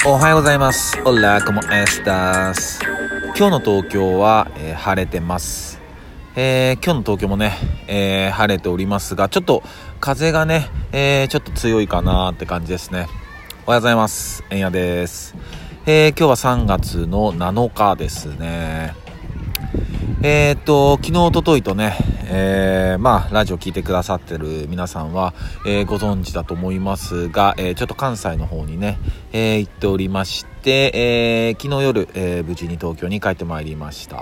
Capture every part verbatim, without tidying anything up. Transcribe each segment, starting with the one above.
おはようございます。オラコモエスタス。今日の東京は、えー、晴れてます。えー、今日の東京もね、えー、晴れておりますが、ちょっと風がね、えー、ちょっと強いかなって感じですね。おはようございます。えんやです。えー、今日はさんがつのなのかですね。えー、っと昨日おとといとね、えー、まあラジオ聞いてくださってる皆さんは、えー、ご存知だと思いますが、えー、ちょっと関西の方にね、えー、行っておりまして、えー、昨日夜、えー、無事に東京に帰ってまいりました。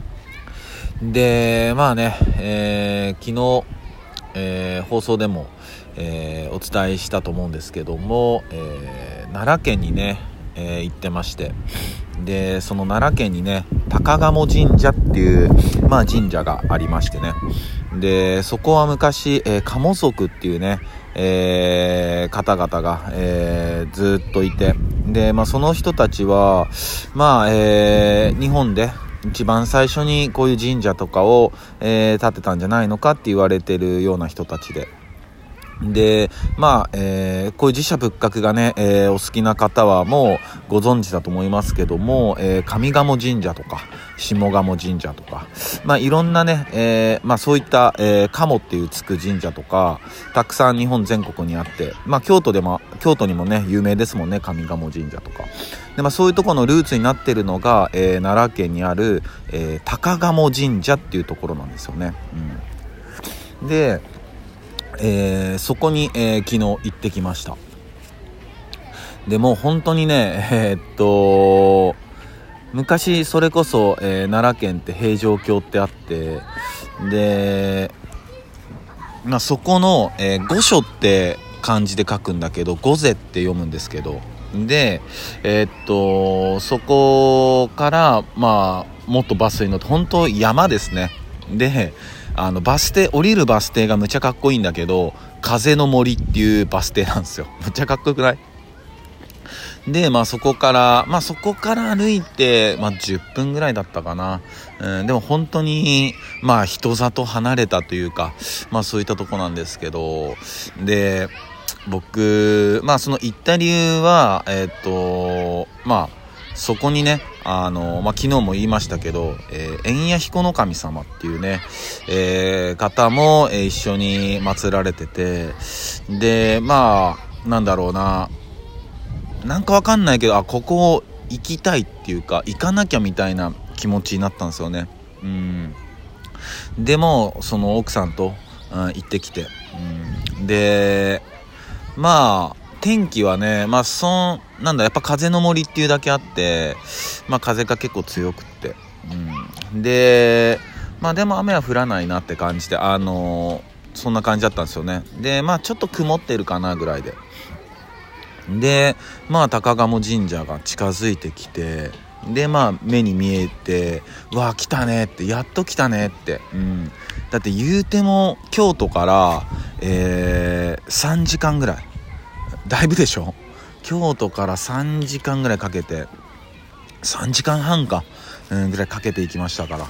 でまあね、えー、昨日、えー、放送でも、えー、お伝えしたと思うんですけども、えー、奈良県にね、えー、行ってまして、でその奈良県にね高賀茂神社っていう、まあ、神社がありましてね、でそこは昔、えー、賀茂族っていうね、えー、方々が、えー、ずっといて、で、まあ、その人たちは、まあえー、日本で一番最初にこういう神社とかを、えー、建てたんじゃないのかって言われてるような人たちで、でまあ、えー、こういう寺社仏閣がね、えー、お好きな方はもうご存知だと思いますけども、えー、上賀茂神社とか下賀茂神社とか、まあいろんなね、えー、まあそういった、えー、賀茂っていうつく神社とかたくさん日本全国にあって、まあ京都でも京都にもね有名ですもんね、上賀茂神社とかで、まあそういうところのルーツになってるのが、えー、奈良県にある、えー、高賀茂神社っていうところなんですよね。うん、でえー、そこに、えー、昨日行ってきました。でもう本当にね、えー、っと昔それこそ、えー、奈良県って平城京ってあって、で、まあ、そこの、えー、御所って漢字で書くんだけど御瀬って読むんですけど、で、えー、っとそこからまあもっとバスに乗って本当山ですね。であのバス停降りるバス停がむちゃかっこいいんだけど風の森っていうバス停なんですよ。むちゃかっこよくない？でまあそこからまあそこから歩いてまあじゅっぷんぐらいだったかな、うん、でも本当にまあ人里離れたというかまあそういったとこなんですけど、で僕まあその行った理由はえっとまあそこにねあの、まあ、昨日も言いましたけど、えー、円谷彦の神様っていうね、えー、方も、えー、一緒に祀られてて、でまあなんだろうななんかわかんないけどあここ行きたいっていうか行かなきゃみたいな気持ちになったんですよね。うん、でもその奥さんと、うん、行ってきて、うん、でまあ天気はね、まあそなんだやっぱ風の森っていうだけあって、まあ風が結構強くって、うん、でまあでも雨は降らないなって感じで、あのー、そんな感じだったんですよね。でまあちょっと曇ってるかなぐらいで、でまあ高賀茂神社が近づいてきて、でまあ目に見えてうわ来たねってやっと来たねって、うん、だって言うても京都から、えー、さんじかんぐらいだいぶでしょ。京都からさんじかんぐらいかけてさんじかんはんか、うん、ぐらいかけていきましたから、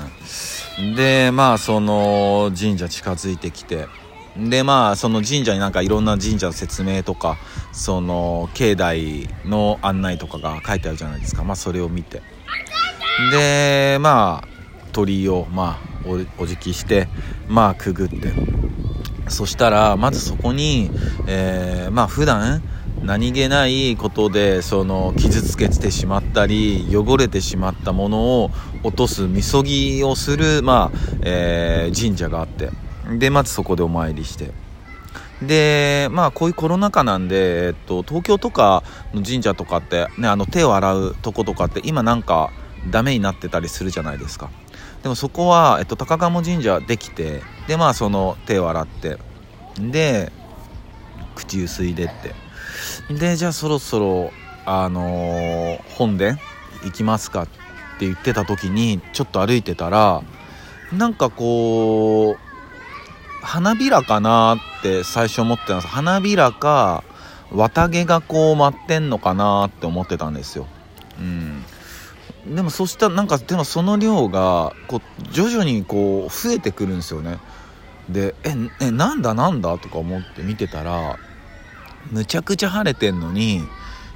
うん、でまあその神社近づいてきて、でまあその神社になんかいろんな神社の説明とかその境内の案内とかが書いてあるじゃないですか。まあそれを見て、でまあ鳥居をまあ お, お辞儀してまあくぐって、そしたらまずそこに、えー、まあ普段何気ないことでその傷つけてしまったり汚れてしまったものを落とすみそぎをする、まあえー、神社があって、でまずそこでお参りして、でまあこういうコロナ禍なんで、えっと、東京とかの神社とかって、ね、あの手を洗うとことかって今なんかダメになってたりするじゃないですか。でもそこは、えっと、高賀茂神社できて、でまあその手を洗ってで口ゆすいでって、でじゃあそろそろあのー、本殿行きますかって言ってた時にちょっと歩いてたらなんかこう花びらかなって最初思ってたんです。花びらか綿毛がこう舞ってんのかなって思ってたんですよ。うんでもそしたらなんかでもその量がこう徐々にこう増えてくるんですよね。でええなんだなんだとか思って見てたらむちゃくちゃ晴れてんのに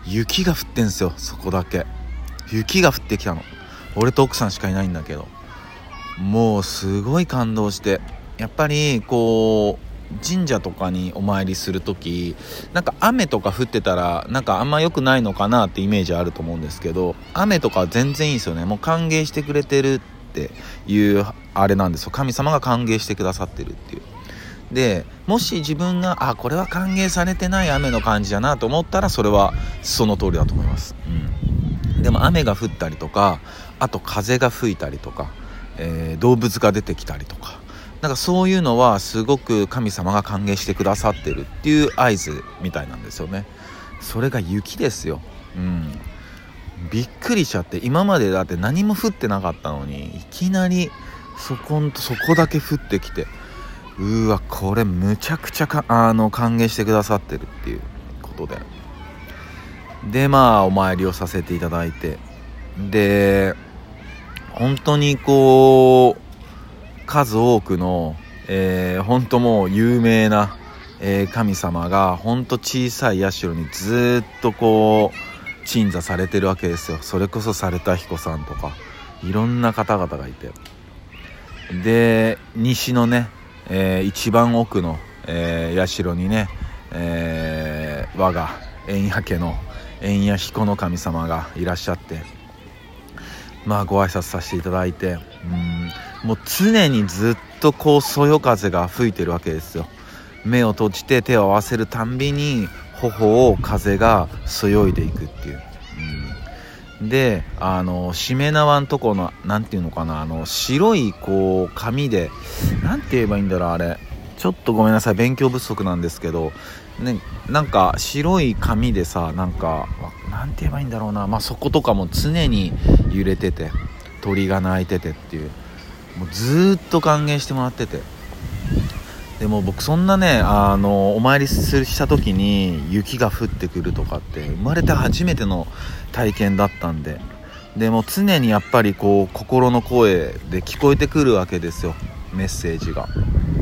雪が降ってんすよ。そこだけ雪が降ってきたの。俺と奥さんしかいないんだけど、もうすごい感動して、やっぱりこう神社とかにお参りするとき、なんか雨とか降ってたらなんかあんま良くないのかなってイメージあると思うんですけど、雨とかは全然いいんですよね。もう歓迎してくれてるっていうあれなんですよ。神様が歓迎してくださってるっていう。でもし自分があこれは歓迎されてない雨の感じだなと思ったら、それはその通りだと思います、うん、でも雨が降ったりとか、あと風が吹いたりとか、えー、動物が出てきたりとか、なんかそういうのはすごく神様が歓迎してくださってるっていう合図みたいなんですよね。それが雪ですよ、うん、びっくりしちゃって。今までだって何も降ってなかったのに、いきなりそこんとそこだけ降ってきて、うわこれむちゃくちゃかあの歓迎してくださってるっていうことで、でまあお参りをさせていただいて、で本当にこう数多くの、えー、本当もう有名な、えー、神様が本当小さい社にずっとこう鎮座されてるわけですよ。それこそ猿田彦さんとかいろんな方々がいて、で西のね、えー、一番奥の、えー、社にね、えー、我が円谷家の円谷彦の神様がいらっしゃって、まあご挨拶させていただいて、うんもう常にずっとこうそよ風が吹いてるわけですよ。目を閉じて手を合わせるたんびに頬を風がそよいでいくっていう、うん、であのしめ縄のとこのなんていうのかな、あの白いこう紙でなんて言えばいいんだろう、あれちょっとごめんなさい、勉強不足なんですけど、ね、なんか白い紙でさ、なんかなんて言えばいいんだろうな、まあそことかも常に揺れてて、鳥が鳴いててっていう、もうずっと歓迎してもらってて、でも僕そんなね、あのお参りするした時に雪が降ってくるとかって生まれて初めての体験だったんで、でも常にやっぱりこう心の声で聞こえてくるわけですよ、メッセージが。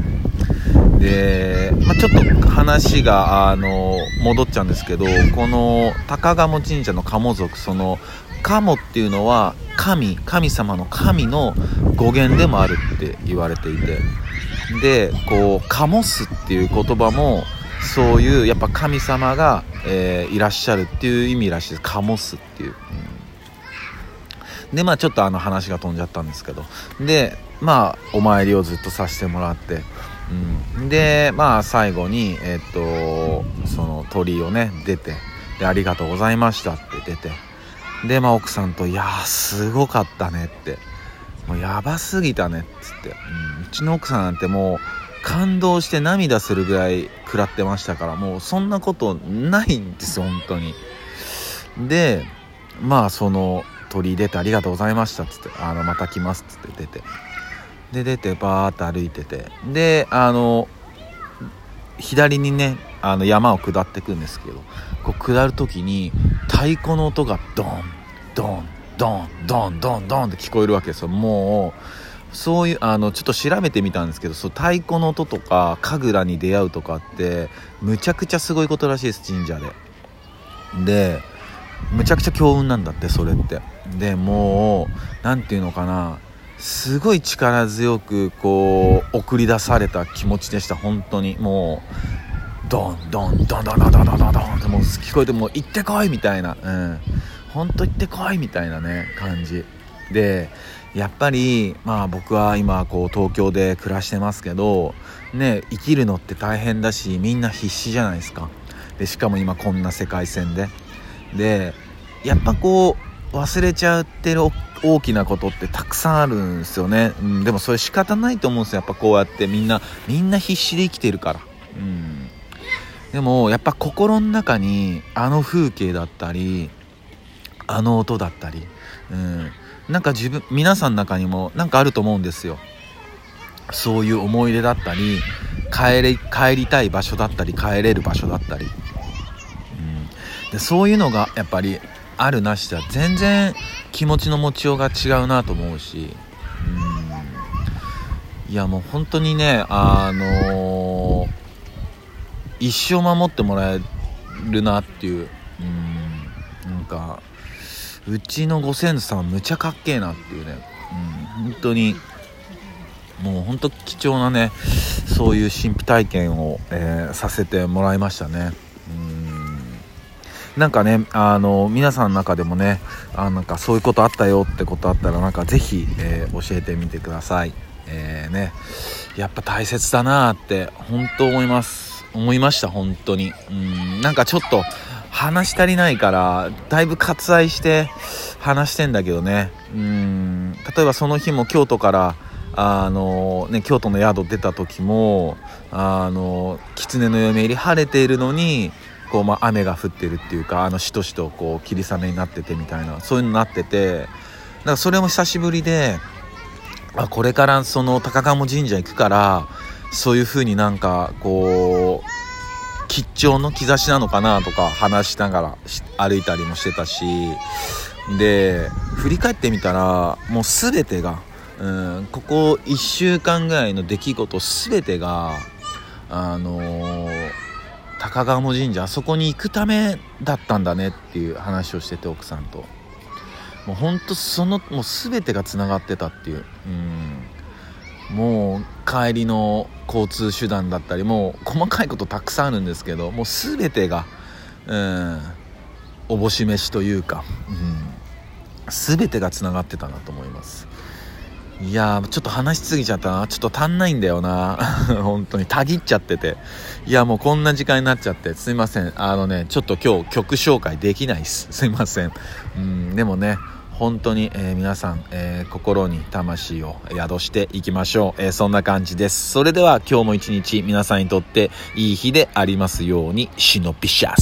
で、まあ、ちょっと話があの戻っちゃうんですけど、この高賀神社の鴨族、その鴨っていうのは神神様の神の語源でもあるって言われていて、でこう鴨すっていう言葉もそういうやっぱ神様が、えー、いらっしゃるっていう意味らしいです。鴨すっていう、うん、でまあちょっとあの話が飛んじゃったんですけど、でまあお参りをずっとさせてもらって、うん、でまあ最後にえっとその鳥居をね出て、でありがとうございましたって出て、でまあ奥さんといやーすごかったねって、もうやばすぎたねっつって、うん、うちの奥さんなんてもう感動して涙するぐらい食らってましたから、もうそんなことないんですよ本当に。でまあその鳥居出てありがとうございましたっつって、あのまた来ますっつって出て、で出てバーッと歩いてて、であの左にねあの山を下っていくんですけど、こう下る時に太鼓の音がドンドンドンドンドンドンって聞こえるわけですよ。もうそういうあのちょっと調べてみたんですけど、そう太鼓の音とか神楽に出会うとかってむちゃくちゃすごいことらしいです、神社で。でむちゃくちゃ強運なんだってそれって。でもうなんていうのかな、すごい力強くこう送り出された気持ちでした。本当にもうドンドンドンドンドンドンドンドンドンってもう聞こえて、もう行ってこいみたいな、うん本当行ってこいみたいなね感じで、やっぱりまあ僕は今こう東京で暮らしてますけどね、生きるのって大変だし、みんな必死じゃないですか。でしかも今こんな世界線ででやっぱこう忘れちゃってる大きなことってたくさんあるんですよね、うん、でもそれ仕方ないと思うんですよ。やっぱこうやってみんなみんな必死で生きてるから、うん、でもやっぱ心の中にあの風景だったりあの音だったり、うん、なんか自分皆さんの中にもなんかあると思うんですよ。そういう思い出だったり帰れ帰りたい場所だったり帰れる場所だったり、うん、でそういうのがやっぱりあるなしでは全然気持ちの持ちようが違うなと思うし、うん、いやもう本当にね、あのー、一生守ってもらえるなっていう、うん、 なんかうちのご先祖さんむちゃかっけえなっていうね、うん、本当にもう本当貴重なねそういう神秘体験を、えー、させてもらいましたね。うんなんかねあの皆さんの中でもねあなんかそういうことあったよってことあったらなんかぜひ、えー、教えてみてください。えー、ねやっぱ大切だなって本当思います思いました本当に。うんなんかちょっと話足りないからだいぶ割愛して話してんだけどね。うん例えばその日も京都からあの、ね、京都の宿出た時もあの狐の嫁入り晴れているのにこう、まあ、雨が降ってるっていうかあのしとしとこう霧雨になっててみたいなそういうのになっててだからそれも久しぶりであこれからその高鴨神社行くからそういう風になんかこう吉兆の兆しなのかなとか話しながら歩いたりもしてたしで振り返ってみたらもう全てがうんここいっしゅうかんぐらいの出来事全てがあのー、高鴨神社あそこに行くためだったんだねっていう話をしてて奥さんともうほんとそのもう全てがつながってたっていう、うん、もう帰りの交通手段だったりもう細かいことたくさんあるんですけどもう全てが、うん、おぼし飯というか、うん、全てがつながってたなと思います。いやーちょっと話しすぎちゃったなちょっと足んないんだよな本当にたぎっちゃってていやもうこんな時間になっちゃってすいませんあのねちょっと今日曲紹介できないっすすいませんうんでもね本当に、えー、皆さん、えー、心に魂を宿していきましょう、えー、そんな感じです。それでは今日も一日皆さんにとっていい日でありますようにシノピシャス。